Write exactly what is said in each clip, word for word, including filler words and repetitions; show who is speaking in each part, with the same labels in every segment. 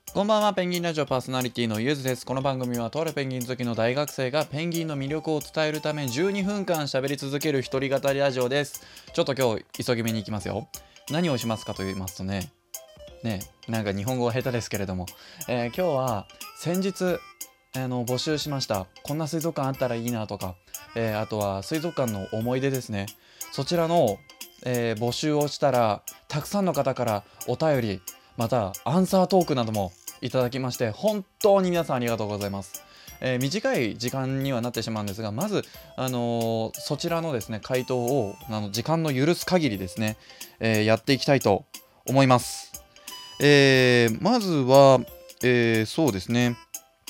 Speaker 1: こんばんは。ペンギンラジオパーソナリティのゆずです。この番組はとあるペンギン好きの大学生がペンギンの魅力を伝えるためじゅうにふんかん喋り続ける一人語りラジオです。ちょっと今日急ぎめに行きますよ。何をしますかと言いますとねねなんか日本語は下手ですけれども、えー、今日は先日あの募集しました。こんな水族館あったらいいなとか、えー、あとは水族館の思い出ですね。そちらの、えー募集をしたらたくさんの方からお便り、またアンサートークなどもいただきまして、本当に皆さんありがとうございます。えー短い時間にはなってしまうんですが、まず、あのーそちらのですね回答をあの時間の許す限りですね、えーやっていきたいと思います。えーまずは、えーそうですね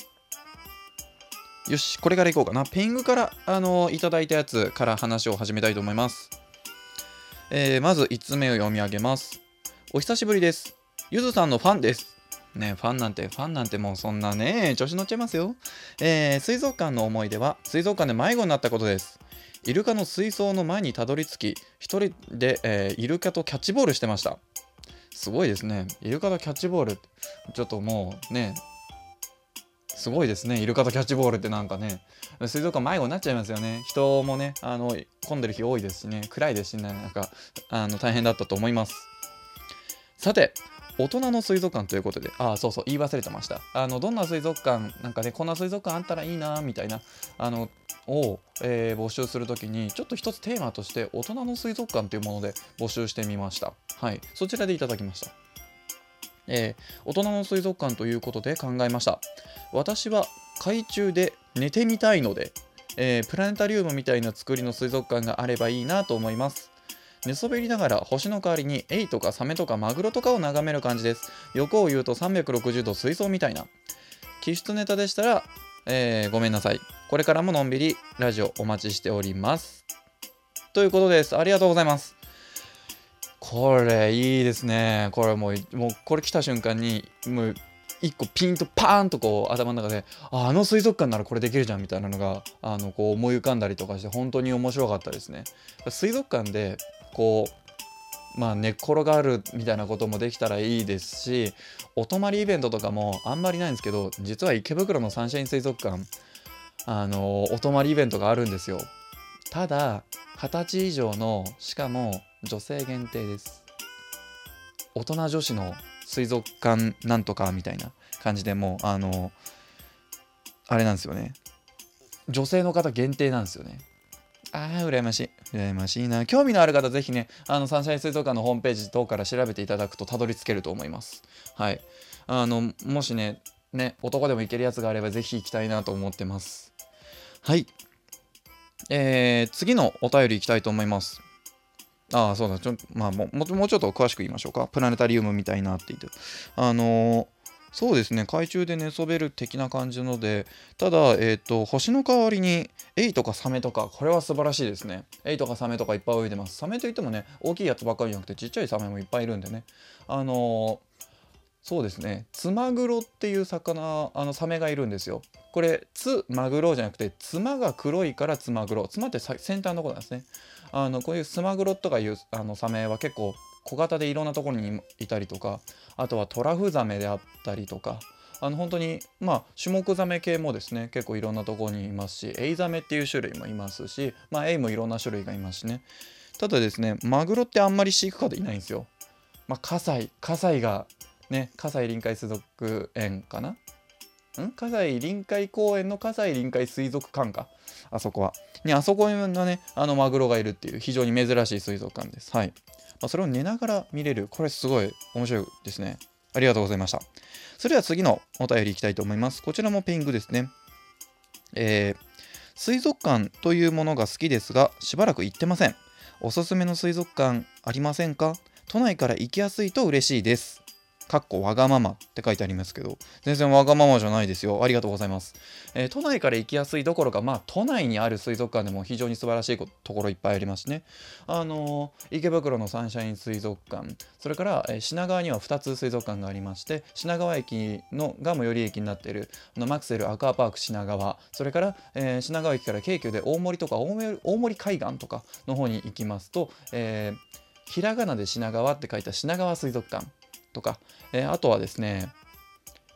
Speaker 1: よし、これからいこうかな。ペングから、あのーいただいたやつから話を始めたいと思います。えーまずいつつめを読み上げます。お久しぶりです。ゆずさんのファンです。ね、ファンなんて、ファンなんてもうそんなね、調子乗っちゃいますよ。えー水族館の思い出は、水族館で迷子になったことです。イルカの水槽の前にたどり着き、一人で、えーイルカとキャッチボールしてました。すごいですね。イルカとキャッチボール。ちょっともうね、すごいですね。イルカとキャッチボールってなんかね、水族館迷子になっちゃいますよね。人もね、あの混んでる日多いですしね、暗いですしね、なんかあの大変だったと思います。さて、大人の水族館ということで、ああ、そうそう、言い忘れてました。あのどんな水族館、なんかね、こんな水族館あったらいいなみたいな、あのを、えー募集するときに、ちょっと一つテーマとして、大人の水族館というもので募集してみました。はい、そちらでいただきました。えー大人の水族館ということで考えました。私は海中で寝てみたいので、えープラネタリウムみたいな作りの水族館があればいいなと思います。寝そべりながら星の代わりにエイとかサメとかマグロとかを眺める感じです。欲を言うとさんびゃくろくじゅうど水槽みたいな。気質ネタでしたら、えーごめんなさい。これからものんびりラジオお待ちしております。ということです。ありがとうございます。これいいですね。これもう、もうこれ来た瞬間に、もう一個ピンとパーンとこう頭の中で、あ、あの水族館ならこれできるじゃんみたいなのが、あのこう思い浮かんだりとかして、本当に面白かったですね。水族館でこう、まあ寝っ転がるみたいなこともできたらいいですし、お泊まりイベントとかもあんまりないんですけど、実は池袋のサンシャイン水族館、あのお泊まりイベントがあるんですよ。ただはたち以上の、しかも女性限定です。大人女子の水族館なんとかみたいな感じで、もうあのあれなんですよね、女性の方限定なんですよね。あー羨ましい、羨ましいな。興味のある方ぜひね、あのサンシャイン水族館のホームページ等から調べていただくとたどり着けると思います。はい、あのもしねね男でも行けるやつがあればぜひ行きたいなと思ってます。はい、えー、次のお便り行きたいと思います。ああ、そうだ。ちょ、まあもう、もうもうちょっと詳しく言いましょうか。プラネタリウムみたいなって言って。あのーそうですね。海中で寝そべる的な感じので、ただ、えっと、星の代わりに、エイとかサメとか、これは素晴らしいですね。エイとかサメとかいっぱい泳いでます。サメといってもね、大きいやつばっかりじゃなくて、ちっちゃいサメもいっぱいいるんでね。あのーそうですね。ツマグロっていう魚、あのサメがいるんですよ。これ、ツマグロじゃなくて、ツマが黒いからツマグロ。ツマってさ先端のことなんですね。あのこういうスマグロとかいうあのサメは結構小型でいろんなところにいたりとか、あとはトラフザメであったりとか、あの本当にまあシュモクザメ系もですね、結構いろんなところにいますし、エイザメっていう種類もいますし、まあエイもいろんな種類がいますしね。ただですね、マグロってあんまり飼育下でいないんですよ。まあ葛西葛西がね、葛西臨海水族園かな、ん葛西臨海公園の葛西臨海水族館か、あそこはね、あそこのね、あのマグロがいるっていう非常に珍しい水族館です。はい、まあ、それを寝ながら見れる、これすごい面白いですね。ありがとうございました。それでは次のお便りいきたいと思います。こちらもピングですね。えー水族館というものが好きですが、しばらく行ってません。おすすめの水族館ありませんか？都内から行きやすいと嬉しいです。かっこわがままって書いてありますけど、全然わがままじゃないですよ。ありがとうございます。えー都内から行きやすいどころか、まあ都内にある水族館でも非常に素晴らしいこところいっぱいありますね。あのー池袋のサンシャイン水族館、それから、えー品川にはふたつ水族館がありまして、品川駅のが最寄り駅になっているあのマクセルアクアパーク品川、それから、えー品川駅から京急で大森とか大森大森海岸とかの方に行きますと、えーひらがなで品川って書いた品川水族館とか、えーあとはですね、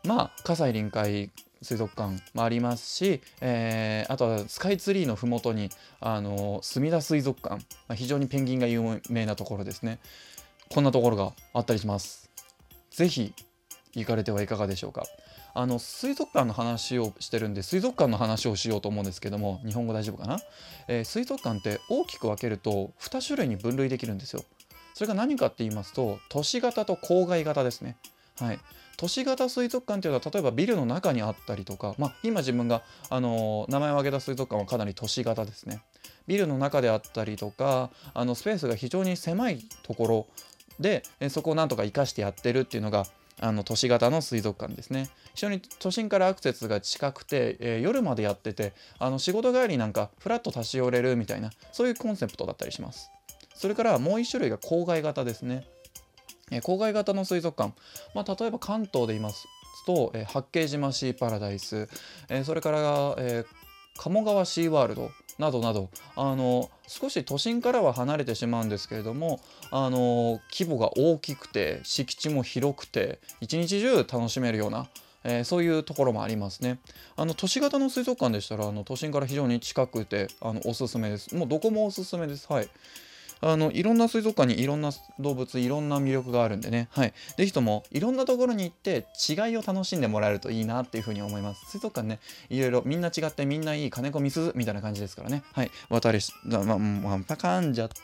Speaker 1: まあ葛西臨海水族館もありますし、えー、あとはスカイツリーのふもとにあの墨田水族館、まあ、非常にペンギンが有名なところですね。こんなところがあったりします。ぜひ行かれてはいかがでしょうか。あの水族館の話をしてるんで水族館の話をしようと思うんですけども、日本語大丈夫かな、えー、水族館って大きく分けるとに種類に分類できるんですよ。それが何かって言いますと、都市型と郊外型ですね。はい、都市型水族館というのは例えばビルの中にあったりとか、まあ、今自分が、あのー名前を挙げた水族館はかなり都市型ですね。ビルの中であったりとか、あのスペースが非常に狭いところでえそこをなんとか生かしてやってるっていうのがあの都市型の水族館ですね。非常に都心からアクセスが近くて、えー夜までやってて、あの仕事帰りなんかフラッと立ち寄れるみたいな、そういうコンセプトだったりします。それからもう一種類が郊外型ですね。えー郊外型の水族館、まあ、例えば関東で言いますと、えー八景島シーパラダイス、えーそれから、えー鴨川シーワールドなどなど、あの少し都心からは離れてしまうんですけれども、あの規模が大きくて敷地も広くて一日中楽しめるような、えーそういうところもありますね。あの都市型の水族館でしたらあの都心から非常に近くてあのおすすめです。もうどこもおすすめです。はい。あのいろんな水族館にいろんな動物、いろんな魅力があるんでね、はい、ぜひともいろんなところに行って違いを楽しんでもらえるといいなっていうふうに思います。水族館ね、いろいろみんな違ってみんないい金子みすずみたいな感じですからね。はい、私、ま、ま、ま、パカンじゃった。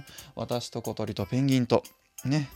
Speaker 1: 私と小鳥とペンギンとね。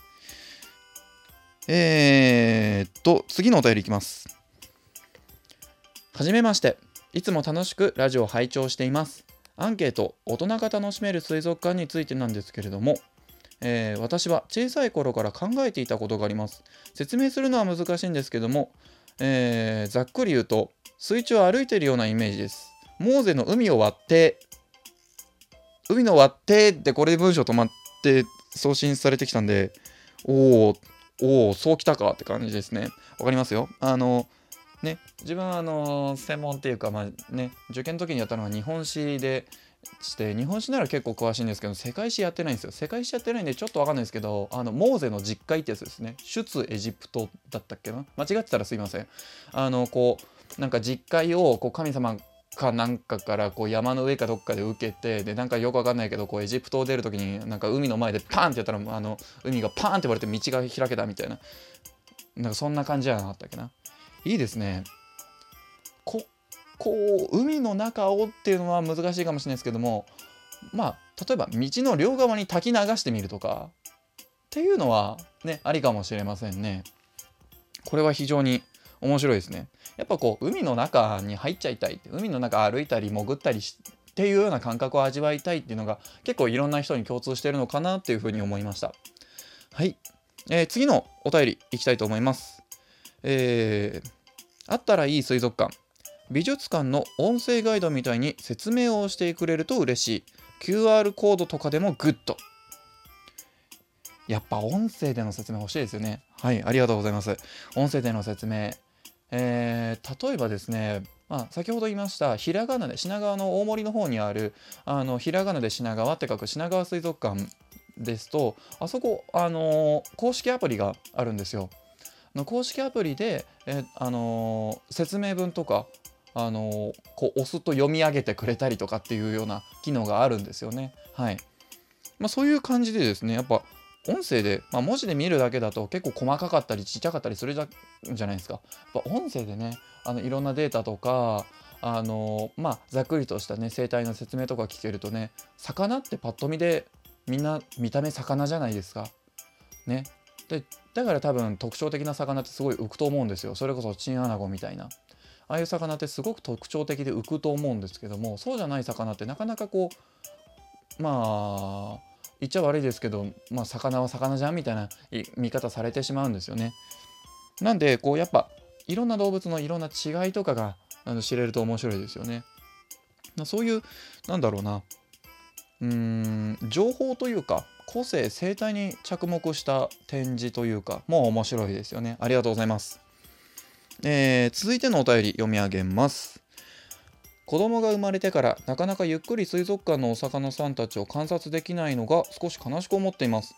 Speaker 1: えー、っと次のお便りいきます。はじめまして。いつも楽しくラジオを拝聴しています。アンケート、大人が楽しめる水族館についてなんですけれども、えー私は小さい頃から考えていたことがあります。説明するのは難しいんですけども、えーざっくり言うと水中を歩いているようなイメージです。モーゼの海を割って海の割ってってこれで文章止まって送信されてきたんで、おおおおそうきたかって感じですね。わかりますよ。あのね、自分はあの専門っていうか、まあね、受験の時にやったのは日本史でして、日本史なら結構詳しいんですけど世界史やってないんですよ。世界史やってないんでちょっと分かんないですけど、あのモーゼの実会ってやつですね。出エジプトだったっけな、間違ってたらすいません。あのこうなんか実会をこう神様かなんかからこう山の上かどっかで受けて、でなんかよくわかんないけどこうエジプトを出る時になんか海の前でパーンってやったらあの海がパーンって割れて道が開けたみたいな、なんかそんな感じじゃなかったっけな。いいですね。ここう海の中をっていうのは難しいかもしれないですけども、まあ例えば道の両側に滝流してみるとかっていうのはねありかもしれませんね。これは非常に面白いですね。やっぱこう海の中に入っちゃいたいって、海の中歩いたり潜ったりしっていうような感覚を味わいたいっていうのが結構いろんな人に共通してるのかなっていうふうに思いました。はい、えー次のお便りいきたいと思います。えーあったらいい水族館、美術館の音声ガイドみたいに説明をしてくれると嬉しい。 キューアール コードとかでもグッド。やっぱ音声での説明欲しいですよね。はい、ありがとうございます。音声での説明、えー例えばですね、まあ、先ほど言いましたひらがなで品川の大森の方にあるあのひらがなで品川って書く品川水族館ですと、あそこ、あのー公式アプリがあるんですよ。の公式アプリで、えあのー説明文とか、あのーこう押すと読み上げてくれたりとかっていうような機能があるんですよね。はい。まあ、そういう感じでですね、やっぱ音声で、まあ、文字で見るだけだと結構細かかったりちっちゃかったりするじゃじゃないですか。やっぱ音声でね、あのいろんなデータとか、あのまあざっくりとしたね生態の説明とか聞けるとね、魚ってパッと見でみんな見た目魚じゃないですか。ね。でだから多分特徴的な魚ってすごい浮くと思うんですよ。それこそチンアナゴみたいな。ああいう魚ってすごく特徴的で浮くと思うんですけども、そうじゃない魚ってなかなかこう、まあ言っちゃ悪いですけど、まあ、魚は魚じゃんみたいない見方されてしまうんですよね。なんでこうやっぱいろんな動物のいろんな違いとかがあの知れると面白いですよね。まあそういうなんだろうな、うーん情報というか個性生態に着目した展示というかもう面白いですよね。ありがとうございます。えー続いてのお便り読み上げます。子供が生まれてからなかなかゆっくり水族館のお魚さんたちを観察できないのが少し悲しく思っています。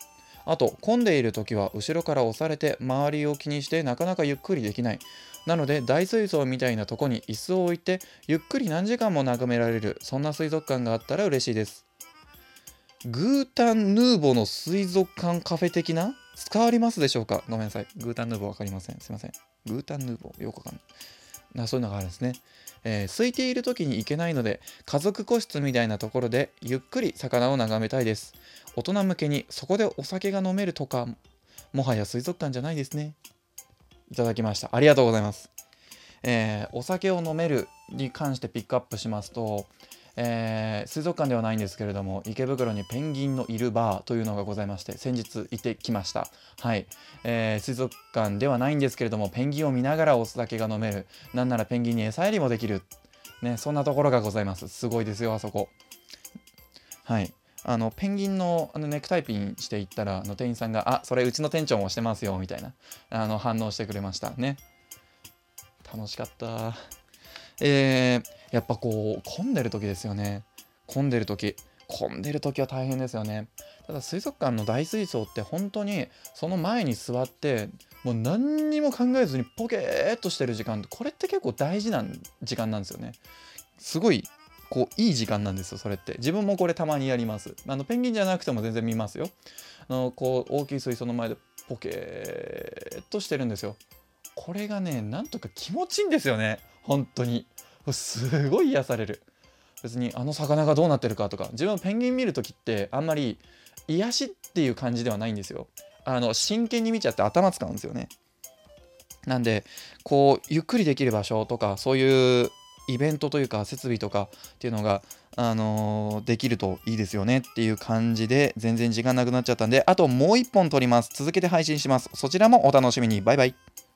Speaker 1: あと混んでいる時は後ろから押されて周りを気にしてなかなかゆっくりできない。なので大水槽みたいなとこに椅子を置いてゆっくり何時間も眺められる、そんな水族館があったら嬉しいです。グータンヌーボの水族館カフェ的な使われますでしょうか。ごめんなさい、グータンヌーボわかりません、すいません。グータンヌーボよくわかんないな。そういうのがあるんですね。えー空いている時に行けないので家族個室みたいなところでゆっくり魚を眺めたいです。大人向けにそこでお酒が飲めるとか、もはや水族館じゃないですね。いただきました。ありがとうございます。えーお酒を飲めるに関してピックアップしますと、えー水族館ではないんですけれども、池袋にペンギンのいるバーというのがございまして、先日行ってきました。はい、えー水族館ではないんですけれども、ペンギンを見ながらお酒が飲める、なんならペンギンに餌やりもできる、ね、そんなところがございます。すごいですよ、あそこ。はい、あのペンギンの、あのネクタイピンしていったら、あの店員さんが「あ、それうちの店長もしてますよ」みたいなあの反応してくれましたね。楽しかった。えー、やっぱこう混んでる時ですよね。混んでる時混んでる時は大変ですよね。ただ水族館の大水槽って本当にその前に座ってもう何にも考えずにポケーっとしてる時間、これって結構大事な時間なんですよね。すごいこういい時間なんですよ、それって。自分もこれたまにやります。あのペンギンじゃなくても全然見ますよ。あのこう大きい水槽の前でポケーっとしてるんですよ。これがね、なんとか気持ちいいんですよね、本当に。すごい癒される。別にあの魚がどうなってるかとか、自分ペンギン見るときってあんまり癒しっていう感じではないんですよ。あの真剣に見ちゃって頭使うんですよね。なんでこうゆっくりできる場所とか、そういうイベントというか設備とかっていうのが、あのーできるといいですよねっていう感じで、全然時間なくなっちゃったんで、あともういっぽん撮ります。続けて配信します。そちらもお楽しみに。バイバイ。